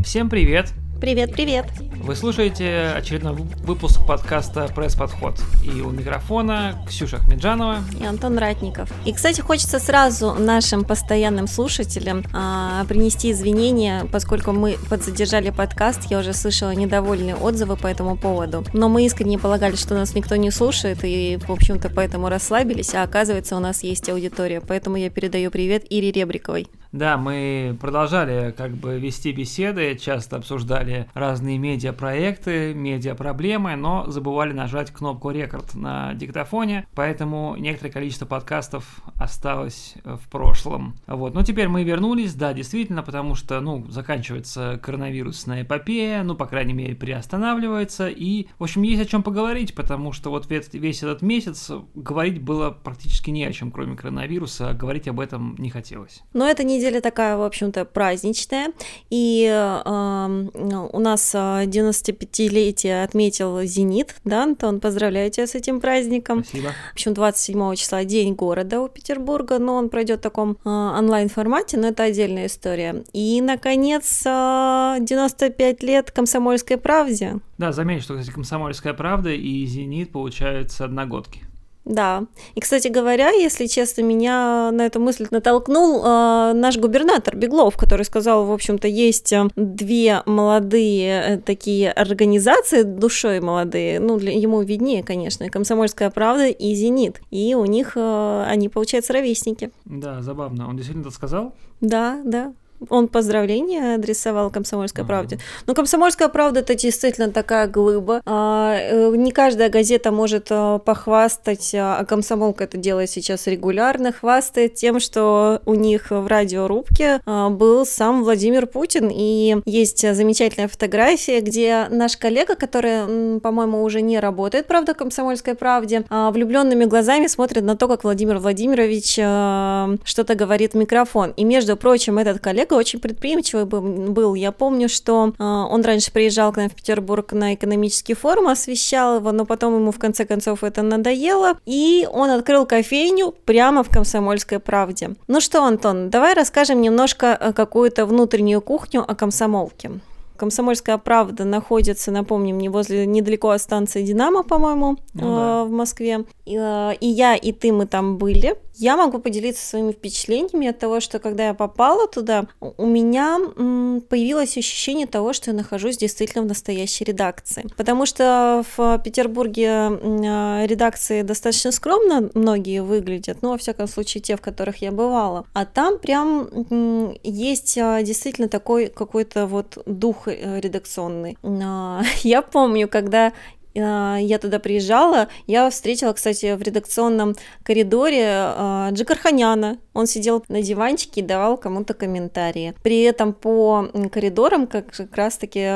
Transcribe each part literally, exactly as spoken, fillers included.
Всем привет! Привет-привет! Вы слушаете очередной выпуск подкаста «Пресс-подход». И у микрофона Ксюша Ахмеджанова и Антон Ратников. И, кстати, хочется сразу нашим постоянным слушателям а, принести извинения, поскольку мы подзадержали подкаст, я уже слышала недовольные отзывы по этому поводу. Но мы искренне полагали, что нас никто не слушает, и, в общем-то, поэтому расслабились, а оказывается, у нас есть аудитория. Поэтому я передаю привет Ире Ребриковой. Да, мы продолжали как бы вести беседы, часто обсуждали разные медиапроекты, медиапроблемы, но забывали нажать кнопку «Рекорд» на диктофоне, поэтому некоторое количество подкастов осталось в прошлом. Вот, но теперь мы вернулись, да, действительно, потому что, ну, заканчивается коронавирусная эпопея, ну, по крайней мере, приостанавливается, и, в общем, есть о чем поговорить, потому что вот весь этот месяц говорить было практически не о чем, кроме коронавируса, а говорить об этом не хотелось. Но это не Неделя такая, в общем-то, праздничная, и э, у нас девяностопятилетие отметил «Зенит», да, Антон, поздравляю тебя с этим праздником. Спасибо. В общем, двадцать седьмого числа День города у Петербурга, но он пройдет в таком э, онлайн-формате, но это отдельная история. И, наконец, э, девяносто пять лет «Комсомольской правде». Да, заметь, что, кстати, «Комсомольская правда» и «Зенит» получаются одногодки. Да. И, кстати говоря, если честно, меня на эту мысль натолкнул э, наш губернатор Беглов, который сказал, в общем-то, есть две молодые такие организации, душой молодые, ну, для, ему виднее, конечно, «Комсомольская правда» и «Зенит». И у них э, они, получается, ровесники. Да, забавно. Он действительно это сказал? Да, да. Он поздравления адресовал «Комсомольской правде». Но «Комсомольская правда» — это действительно такая глыба. Не каждая газета может похвастать, а «Комсомолка» это делает сейчас регулярно, хвастает тем, что у них в радиорубке был сам Владимир Путин. И есть замечательная фотография, где наш коллега, который, по-моему, уже не работает, правда, в «Комсомольской правде», влюбленными глазами смотрит на то, как Владимир Владимирович что-то говорит в микрофон. И, между прочим, этот коллега очень предприимчивый был. Я помню, что э, он раньше приезжал к нам в Петербург на экономический форум, освещал его, но потом ему в конце концов это надоело, и он открыл кофейню прямо в «Комсомольской правде». Ну что, Антон, давай расскажем немножко какую-то внутреннюю кухню о комсомолке. «Комсомольская правда» находится, напомним, не возле, недалеко от станции «Динамо», по-моему, ну, э, да. в Москве. И, э, и я, и ты, мы там были. Я могу поделиться своими впечатлениями от того, что когда я попала туда, у меня м, появилось ощущение того, что я нахожусь действительно в настоящей редакции. Потому что в Петербурге э, редакции достаточно скромно многие выглядят, ну, во всяком случае, те, в которых я бывала. А там прям м, есть э, действительно такой какой-то вот дух редакционный. Я помню, когда я туда приезжала, я встретила, кстати, в редакционном коридоре Джигарханяна. Он сидел на диванчике и давал кому-то комментарии. При этом по коридорам как, как раз-таки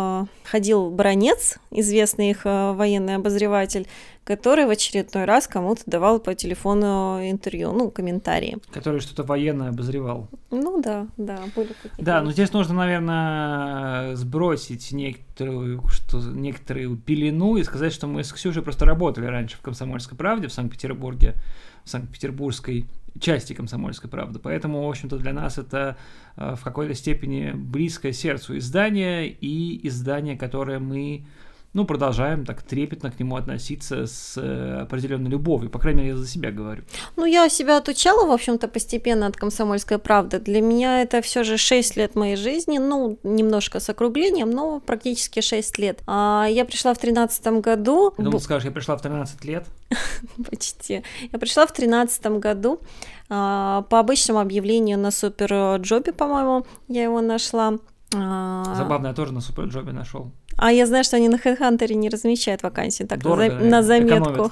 ходил Баранец, известный их военный обозреватель, который в очередной раз кому-то давал по телефону интервью, ну, комментарии. Который что-то военное обозревал. Ну да, да, были какие-то. Да, но здесь нужно, наверное, сбросить некоторую, что, некоторую пелену и сказать, что мы с Ксюшей просто работали раньше в «Комсомольской правде» в Санкт-Петербурге, в Санкт-Петербургской части «Комсомольской правды». Поэтому, в общем-то, для нас это в какой-то степени близкое сердцу издание и издание, которое мы... ну, продолжаем так трепетно к нему относиться с определенной любовью. По крайней мере, я за себя говорю. Ну, я себя отучала, в общем-то, постепенно от «Комсомольской правды». Для меня это все же шесть лет моей жизни, ну, немножко с округлением, но практически шесть лет. А я пришла в тринадцатом году. Я думал, скажешь, я пришла в тринадцать лет. Почти. Я пришла в тринадцатом году по обычному объявлению на Суперджобе, по-моему, я его нашла. Забавно, я тоже на Суперджобе нашел. А я знаю, что они на HeadHunter не размещают вакансии, так Дорого, на, на заметку.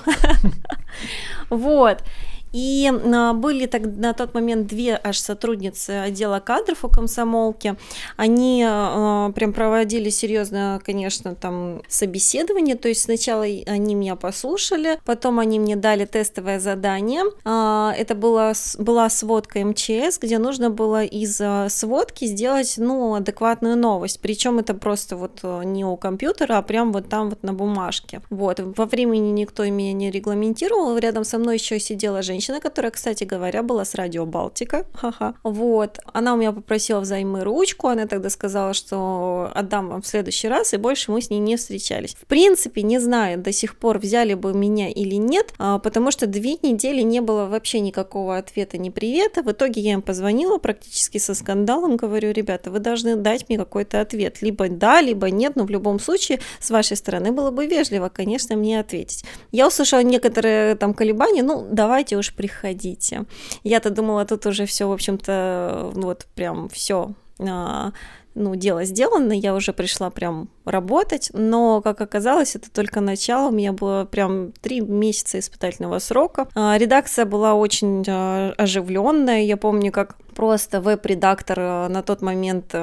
Вот. И были так, на тот момент две аж сотрудницы отдела кадров у комсомолки. Они э, прям проводили серьезно, конечно, там собеседование. То есть сначала они меня послушали, потом они мне дали тестовое задание. Э, это была, была сводка эм че эс, где нужно было из сводки сделать, ну, адекватную новость. Причем это просто вот не у компьютера, а прям вот там вот на бумажке. Вот. Во времени никто меня не регламентировал. Рядом со мной еще сидела женщина, женщина, которая, кстати говоря, была с радио Балтика. Ха-ха. Вот. Она у меня попросила взаймы ручку, она тогда сказала, что отдам вам в следующий раз, и больше мы с ней не встречались. В принципе, не знаю до сих пор, взяли бы меня или нет, потому что две недели не было вообще никакого ответа, ни привета. В итоге я им позвонила практически со скандалом, говорю: ребята, вы должны дать мне какой-то ответ. Либо да, либо нет, но в любом случае с вашей стороны было бы вежливо, конечно, мне ответить. Я услышала некоторые там колебания, ну, давайте уж приходите. Я-то думала, тут уже все, в общем-то, вот прям все, ну, дело сделано, я уже пришла прям работать, но, как оказалось, это только начало, у меня было прям три месяца испытательного срока. Редакция была очень оживленная, я помню, как просто веб-редактор на тот момент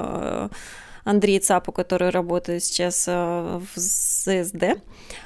Андрей Цапу, который работает сейчас в ЗСД.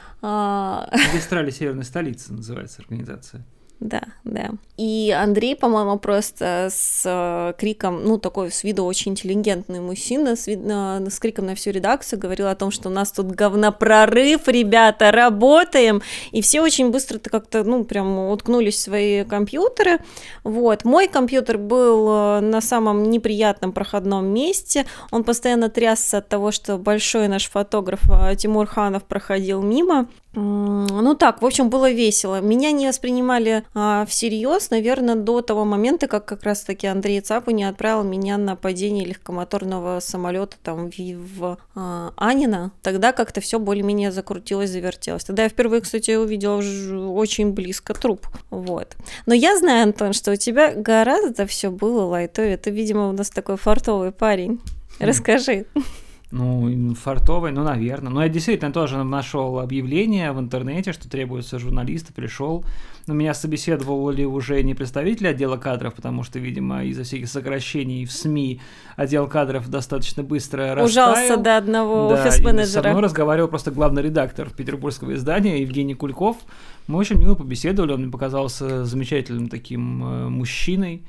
Магистрали Северной столицы называется организация. Да, да. И Андрей, по-моему, просто с э, криком, ну, такой с виду очень интеллигентный мужчина, с, вид, э, с криком на всю редакцию говорил о том, что у нас тут говнопрорыв, ребята, работаем. И все очень быстро-то как-то, ну, прям уткнулись в свои компьютеры. Вот. Мой компьютер был э, на самом неприятном проходном месте. Он постоянно трясся от того, что большой наш фотограф э, Тимур Ханов проходил мимо. Ну так, в общем, было весело. Меня не воспринимали а, всерьез, наверное, до того момента, как как раз-таки Андрей Цапу не отправил меня на падение легкомоторного самолета там в, в а, Анино. Тогда как-то все более-менее закрутилось, завертелось. Тогда я впервые, кстати, увидела уже очень близко труп. Вот. Но я знаю, Антон, что у тебя гораздо все было лайтовее. Ты, видимо, у нас такой фартовый парень. Расскажи. Ну, фартовый, ну, наверное. Но я действительно тоже нашел объявление в интернете, что требуется журналист, пришел. Но меня собеседовали уже не представители отдела кадров, потому что, видимо, из-за всяких сокращений в СМИ отдел кадров достаточно быстро растаял. Ужался до одного да, офис-менеджера. Со мной разговаривал просто главный редактор петербургского издания Евгений Кульков. Мы очень мило побеседовали, он мне показался замечательным таким э, мужчиной,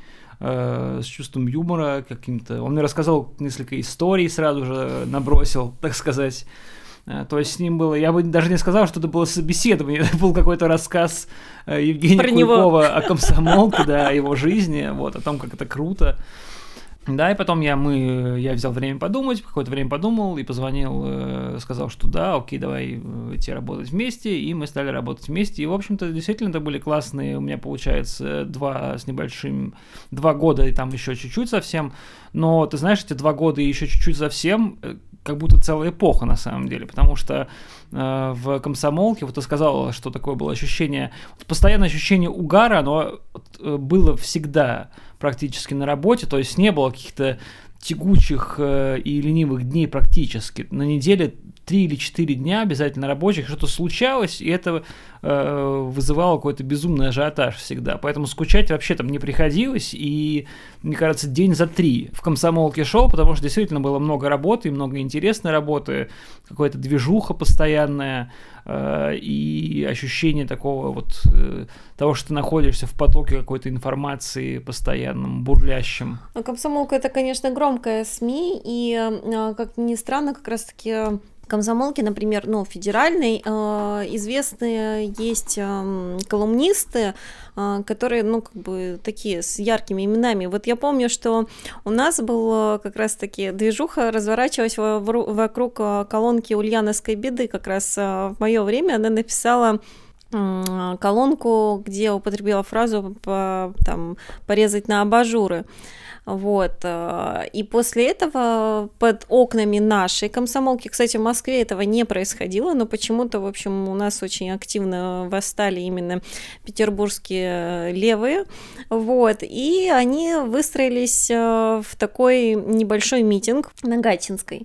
с чувством юмора каким-то. Он мне рассказал несколько историй, сразу же набросил, так сказать. То есть с ним было... Я бы даже не сказал, что это было собеседование. Это был какой-то рассказ Евгения Про Кулькова него. О комсомолке, да, о его жизни, вот, о том, как это круто. Да, и потом я, мы, я взял время подумать, какое-то время подумал и позвонил, э, сказал, что да, окей, давай идти работать вместе, и мы стали работать вместе, и, в общем-то, действительно, это были классные, у меня, получается, два с небольшим, два года и там еще чуть-чуть совсем, но, ты знаешь, эти два года и еще чуть-чуть совсем, как будто целая эпоха, на самом деле, потому что э, в комсомолке, вот ты сказала, что такое было ощущение, вот постоянное ощущение угара, оно вот, было всегда практически на работе, то есть не было каких-то тягучих э, и ленивых дней практически. На неделе три или четыре дня обязательно рабочих, что-то случалось, и это э, вызывало какой-то безумный ажиотаж всегда. Поэтому скучать вообще там не приходилось, и, мне кажется, день за три в комсомолке шел, потому что действительно было много работы, много интересной работы, какая-то движуха постоянная, э, и ощущение такого вот, э, того, что ты находишься в потоке какой-то информации постоянном, бурлящем. Комсомолка — это, конечно, громкая СМИ, и, э, как ни странно, как раз-таки комсомолки, например, ну, федеральной, э, известные есть э, колумнисты, э, которые, ну, как бы такие с яркими именами. Вот я помню, что у нас был как раз-таки движуха, разворачивалась вокруг колонки Ульяновской беды. Как раз в мое время она написала э, колонку, где употребила фразу по, там, порезать на абажуры. Вот, и после этого под окнами нашей комсомолки, кстати, в Москве этого не происходило, но почему-то, в общем, у нас очень активно восстали именно петербургские левые, вот, и они выстроились в такой небольшой митинг на Гатчинской.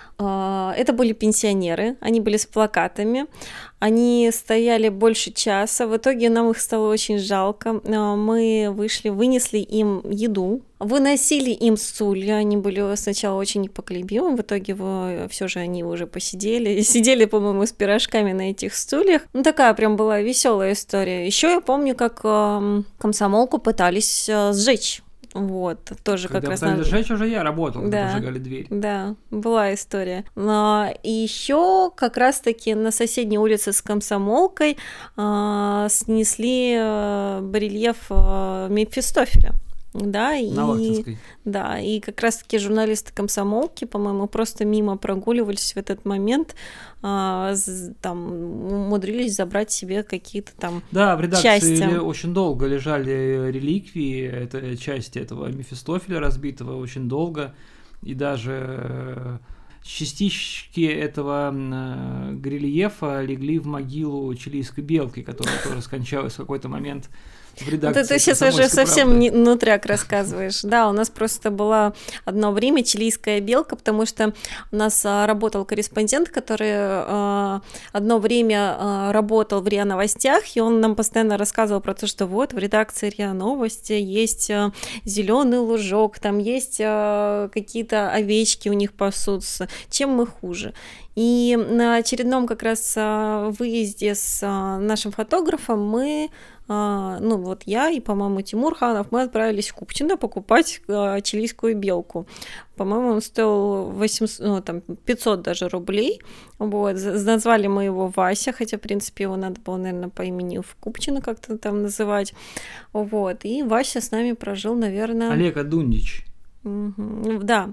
Это были пенсионеры, они были с плакатами, они стояли больше часа, в итоге нам их стало очень жалко, мы вышли, вынесли им еду, выносили им стулья, они были сначала очень непоколебимы, в итоге все же они уже посидели, сидели, по-моему, с пирожками на этих стульях, ну такая прям была веселая история. Еще я помню, как комсомолку пытались сжечь. Вот, тоже Когда как раз... пытались зажечь, уже я работал, когда Да, поджигали дверь. да, была история. Но и еще как раз-таки на соседней улице с Комсомолкой а, снесли а, барельеф а, Мефистофеля. Да, и, На Лахтинской. да, и как раз-таки журналисты комсомолки, по-моему, просто мимо прогуливались в этот момент, а, там умудрились забрать себе какие-то там Да, в редакции части. Очень долго лежали реликвии, это части этого Мефистофеля разбитого очень долго, и даже частички этого э, рельефа легли в могилу чилийской белки, которая тоже скончалась в какой-то момент в редакции. Вот ты сейчас уже совсем не, нутряк рассказываешь. Да, у нас просто была одно время чилийская белка, потому что у нас а, работал корреспондент, который а, одно время а, работал в РИА Новостях, и он нам постоянно рассказывал про то, что вот в редакции РИА Новости есть а, зеленый лужок, там есть а, какие-то овечки у них пасутся, чем мы хуже. И на очередном как раз а, выезде с а, нашим фотографом мы Uh, ну вот я и, по-моему, Тимур Ханов, мы отправились в Купчино покупать uh, чилийскую белку. По-моему, он стоил восемьсот, ну, там, пятьсот даже рублей. Вот. Назвали мы его Вася, хотя, в принципе, его надо было, наверное, по имени в Купчино как-то там называть. Вот. И Вася с нами прожил, наверное... Олег Адундич. Угу. Да.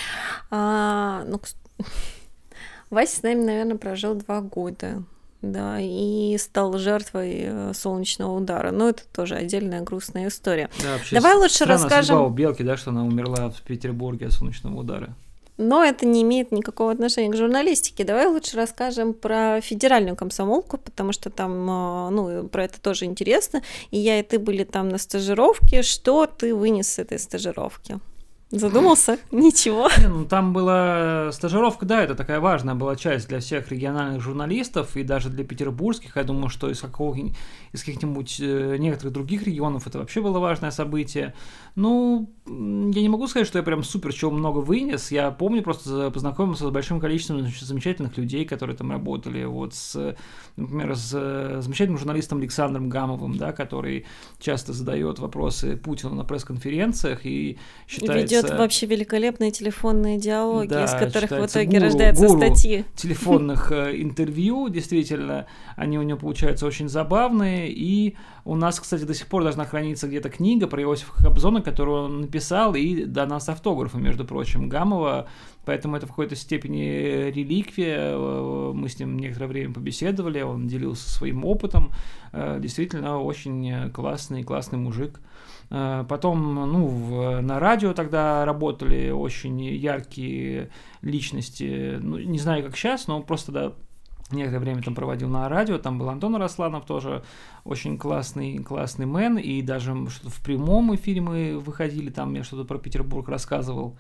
А, ну, Вася с нами, наверное, прожил два года. Да, и стал жертвой солнечного удара. Но это тоже отдельная грустная история. Да, вообще Давай лучше расскажем... судьба у белки, да, что она умерла в Петербурге от солнечного удара. Но это не имеет никакого отношения к журналистике. Давай лучше расскажем про федеральную комсомолку, потому что там, ну, про это тоже интересно. И я, и ты были там на стажировке. Что ты вынес с этой стажировки? Задумался? Ничего. Не, ну, там была стажировка, да, это такая важная была часть для всех региональных журналистов и даже для петербургских. Я думаю, что из, какого, из каких-нибудь э, некоторых других регионов это вообще было важное событие. Ну, я не могу сказать, что я прям супер чего много вынес. Я помню, просто познакомился с большим количеством замечательных людей, которые там работали. Вот с, например, с замечательным журналистом Александром Гамовым, да, который часто задает вопросы Путину на пресс-конференциях и считается... Ведет вообще великолепные телефонные диалоги, да, из которых в итоге гуру, рождаются гуру статьи. Телефонных интервью, действительно, они у него получаются очень забавные, и у нас, кстати, до сих пор должна храниться где-то книга про Иосифа Кобзона, которую он написал, и дана с автографом, между прочим, Гамова, поэтому это в какой-то степени реликвия, мы с ним некоторое время побеседовали, он делился своим опытом, действительно, очень классный, классный мужик. Потом, ну, в, на радио тогда работали очень яркие личности, ну, не знаю, как сейчас, но просто, да, некоторое время там проводил на радио, там был Антон Арасланов, тоже очень классный, классный мэн, и даже что-то в прямом эфире мы выходили, там я что-то про Петербург рассказывал.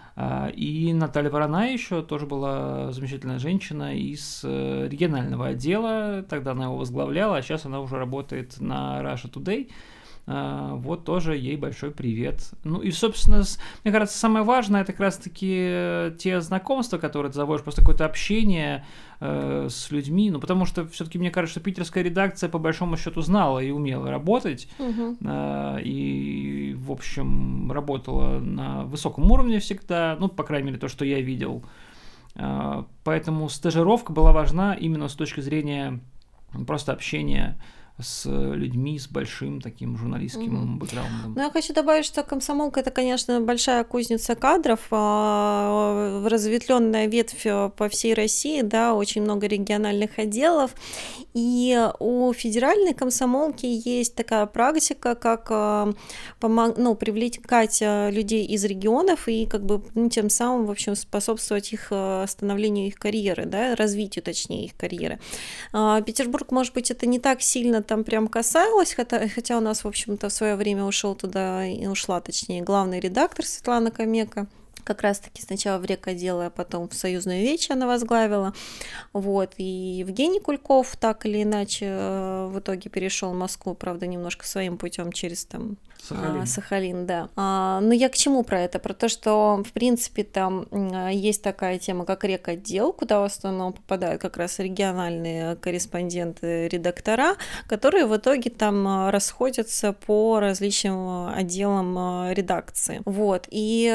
И Наталья Вороная еще тоже была замечательная женщина из регионального отдела, тогда она его возглавляла, а сейчас она уже работает на Russia Today. Вот тоже ей большой привет. Ну и, собственно, мне кажется, самое важное, это как раз-таки те знакомства, которые ты заводишь, просто какое-то общение э, с людьми, ну потому что все-таки мне кажется, что питерская редакция по большому счету знала и умела работать, угу. э, и, в общем, работала на высоком уровне всегда, ну, по крайней мере, то, что я видел. Э, поэтому стажировка была важна именно с точки зрения просто общения с людьми с большим таким журналистским mm-hmm. бэкграундом. Ну, я хочу добавить, что комсомолка — это, конечно, большая кузница кадров, разветвленная ветвь по всей России, да, очень много региональных отделов, и у федеральной комсомолки есть такая практика, как помог, ну, привлекать людей из регионов и как бы, ну, тем самым, в общем, способствовать их становлению их карьеры, да, развитию, точнее, их карьеры. Петербург, может быть, это не так сильно там прям касалось, хотя, хотя у нас, в общем-то, в свое время ушел туда, и ушла, точнее, главный редактор Светлана Камека, как раз-таки сначала в рекоотдел, а потом в Союзную Вечь она возглавила. Вот. И Евгений Кульков так или иначе в итоге перешел в Москву, правда, немножко своим путем через там Сахалин. А, Сахалин, да. А, но я к чему про это? Про то, что, в принципе, там есть такая тема, как рекотдел, куда в основном попадают как раз региональные корреспонденты, редактора, которые в итоге там расходятся по различным отделам редакции. Вот. И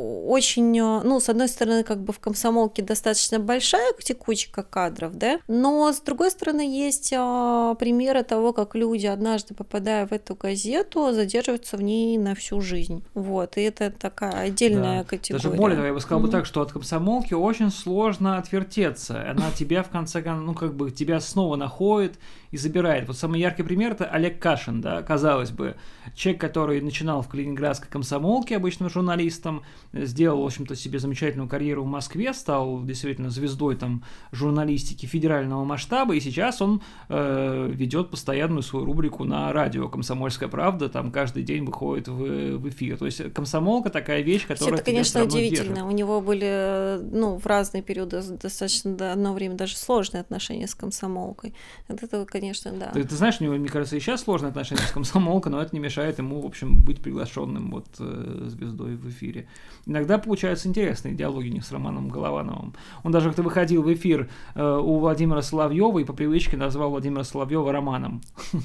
очень, ну, с одной стороны, как бы в комсомолке достаточно большая текучка кадров, да, но с другой стороны есть примеры того, как люди, однажды попадая в эту газету, задерживаются в ней на всю жизнь. Вот, и это такая отдельная да. категория. Даже более того, я бы сказал mm-hmm. бы так, что от комсомолки очень сложно отвертеться. Она тебя в конце концов, ну, как бы тебя снова находит и забирает. Вот самый яркий пример – это Олег Кашин, да, казалось бы, человек, который начинал в Калининградской комсомолке обычным журналистом, сделал, в общем-то, себе замечательную карьеру в Москве, стал действительно звездой там журналистики федерального масштаба, и сейчас он э, ведет постоянную свою рубрику на радио «Комсомольская правда», там каждый день выходит в, в эфир. То есть комсомолка такая вещь, которая это, конечно, удивительно. держит. У него были, ну, в разные периоды достаточно одно время даже сложные отношения с комсомолкой. Вот это, конечно, да. Ты, ты знаешь, у него, мне кажется, и сейчас сложные отношения с комсомолкой, но это не мешает ему, в общем, быть приглашенным вот э, звездой в эфире. Иногда получаются интересные диалоги у них с Романом Головановым. Он даже как-то выходил в эфир э, у Владимира Соловьева и по привычке назвал Владимира Соловьева Романом.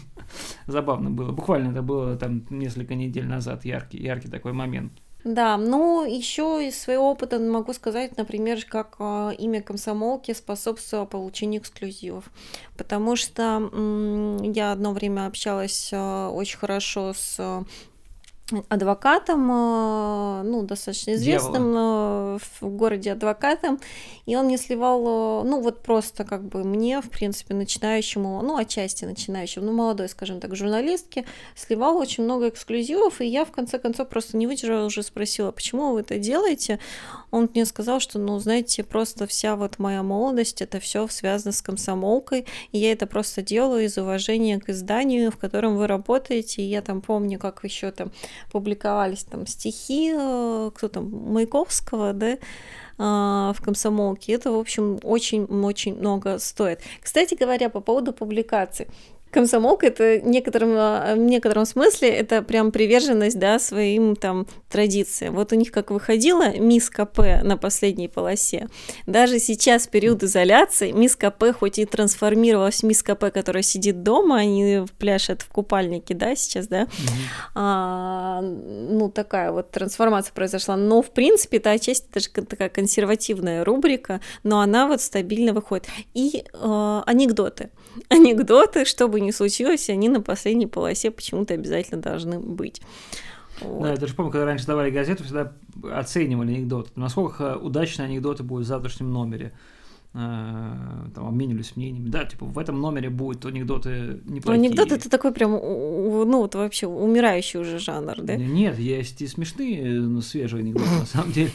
Забавно было. Буквально это было там несколько недель назад, яркий, яркий такой момент. Да, ну еще из своего опыта могу сказать, например, как э, имя комсомолки способствовало получению эксклюзивов, потому что м- я одно время общалась э, очень хорошо с э, адвокатом, ну, достаточно известным Дьявола. В городе адвокатом, и он мне сливал, ну, вот просто как бы мне, в принципе, начинающему, ну, отчасти начинающему, ну, молодой, скажем так, журналистке, сливал очень много эксклюзивов, и я, в конце концов, просто не выдержала, уже спросила, почему вы это делаете? Он мне сказал, что, ну, знаете, просто вся вот моя молодость, это все связано с комсомолкой, и я это просто делаю из уважения к изданию, в котором вы работаете, и я там помню, как еще там публиковались там стихи, кто там, Маяковского, да, в комсомолке. Это, в общем, очень-очень много стоит. Кстати говоря, по поводу публикаций. Комсомолка — это в некотором, в некотором смысле это прям приверженность, да, своим там традициям. Вот у них как выходила Мисс КП на последней полосе. Даже сейчас, в период изоляции, Мисс КП хоть и трансформировалась в Мисс КП, которая сидит дома, они пляшут в купальнике, да, сейчас, да, mm-hmm. а, ну, такая вот трансформация произошла. Но, в принципе, это отчасти даже такая консервативная рубрика, но она вот стабильно выходит. И э, анекдоты. Анекдоты, чтобы не случилось, они на последней полосе почему-то обязательно должны быть. Вот. Да, я даже помню, когда раньше давали газету, всегда оценивали анекдоты. Насколько удачные анекдоты будут в завтрашнем номере. Там обменивались мнениями. Да, типа в этом номере будут анекдоты неплохие. Анекдот — это такой прям, ну вот вообще умирающий уже жанр, да? Нет, есть и смешные, но свежие анекдоты, на самом деле.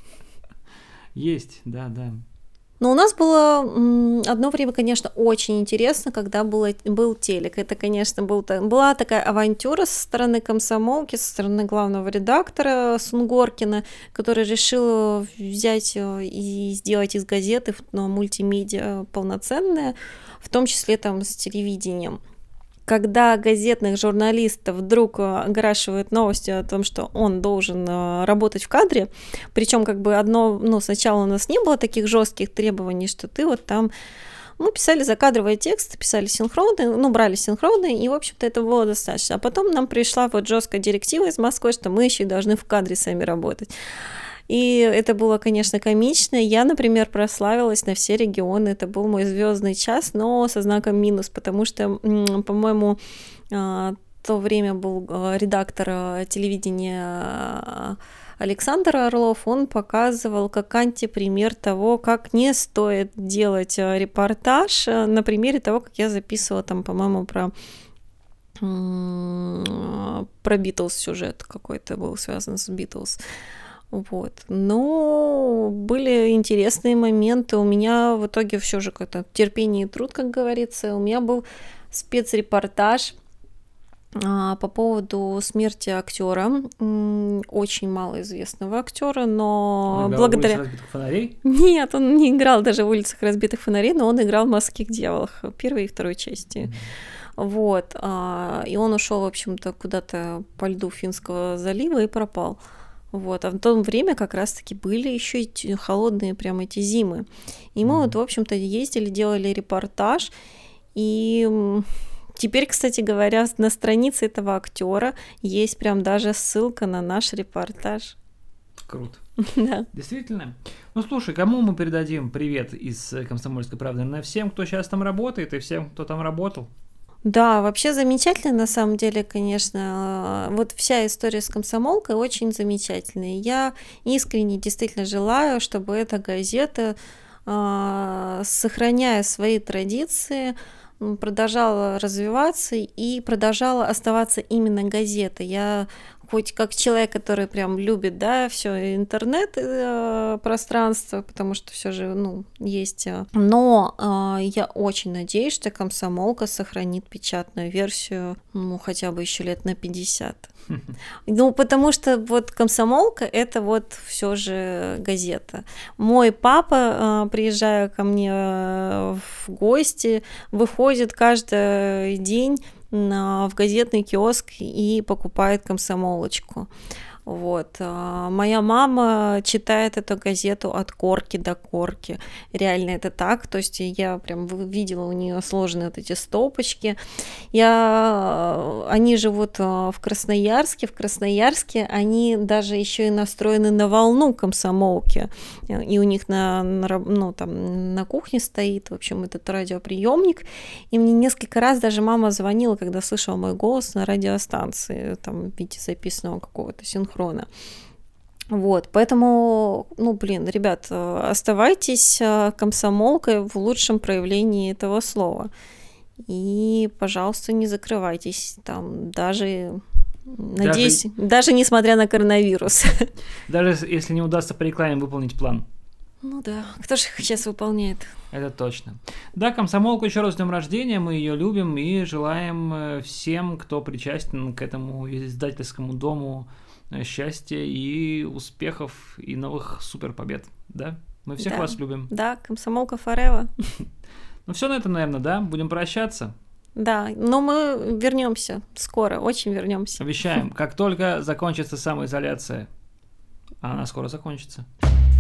Есть, да, да. Но у нас было одно время, конечно, очень интересно, когда было, был телек. Это, конечно, был, была такая авантюра со стороны комсомолки, со стороны главного редактора Сунгоркина, который решил взять и сделать из газеты мультимедиа полноценное, в том числе там с телевидением. Когда газетных журналистов вдруг оглашивают новости о том, что он должен работать в кадре, причем как бы одно, ну, сначала у нас не было таких жестких требований, что ты вот там, мы писали закадровые тексты, писали синхроны, ну, брали синхроны, и, в общем-то, это было достаточно. А потом нам пришла вот жесткая директива из Москвы, что мы еще и должны в кадре сами работать. И это было, конечно, комично. Я, например, прославилась на все регионы. Это был мой звездный час, но со знаком минус, потому что, по-моему, в то время был редактор телевидения Александр Орлов. Он показывал как антипример того, как не стоит делать репортаж, на примере того, как я записывала там, по-моему, про... про Битлз сюжет какой-то был связан с Битлз. Вот. Но были интересные моменты. У меня в итоге все же как-то терпение и труд, как говорится. У меня был спецрепортаж по поводу смерти актера, очень малоизвестного актера, но он благодаря... в «Улице разбитых фонарей»? Нет, он не играл даже в «Улицах разбитых фонарей», но он играл в «Морских дьяволах» первой и второй части. Mm-hmm. Вот. И он ушел, в общем-то, куда-то по льду Финского залива и пропал. Вот. А в то время как раз-таки были еще и холодные прям эти зимы. И мы mm-hmm. вот, в общем-то, ездили, делали репортаж, и... Теперь, кстати говоря, на странице этого актера есть прям даже ссылка на наш репортаж. Круто. Да. Действительно. Ну, слушай, кому мы передадим привет из «Комсомольской правды»? Наверное, всем, кто сейчас там работает, и всем, кто там работал. Да, вообще замечательно, на самом деле, конечно. Вот вся история с «Комсомолкой» очень замечательная. Я искренне действительно желаю, чтобы эта газета, сохраняя свои традиции, продолжала развиваться и продолжала оставаться именно газетой. Я хоть как человек, который прям любит, да, все интернет-пространство, потому что все же, ну, есть. Но э, я очень надеюсь, что «Комсомолка» сохранит печатную версию, ну, хотя бы еще лет на пятьдесят. Ну, потому что вот «Комсомолка» — это вот все же газета. Мой папа, приезжая ко мне в гости, выходит каждый день в газетный киоск и покупает «Комсомолочку». Вот. Моя мама читает эту газету от корки до корки. Реально это так. То есть я прям видела у нее сложные вот эти стопочки. Я... Они живут в Красноярске. В Красноярске они даже еще и настроены на волну «Комсомолки». И у них на, на, ну, там, на кухне стоит, в общем, этот радиоприемник. И мне несколько раз даже мама звонила, когда слышала мой голос на радиостанции, там, в виде записанного какого-то синхрона. Вот, поэтому, ну, блин, ребят, оставайтесь комсомолкой в лучшем проявлении этого слова. И, пожалуйста, не закрывайтесь там, даже, надеюсь, даже, даже несмотря на коронавирус. Даже если не удастся по рекламе выполнить план. Ну да, кто же их сейчас выполняет? Это точно. Да, «Комсомолку» еще раз с днем рождения, мы ее любим и желаем всем, кто причастен к этому издательскому дому, счастья и успехов и новых суперпобед, да? Мы всех да. вас любим. Да, «Комсомолка forever». Ну все на этом, наверное, да? Будем прощаться. Да, но мы вернемся скоро, очень вернемся. Обещаем, как только закончится самоизоляция, а она скоро закончится.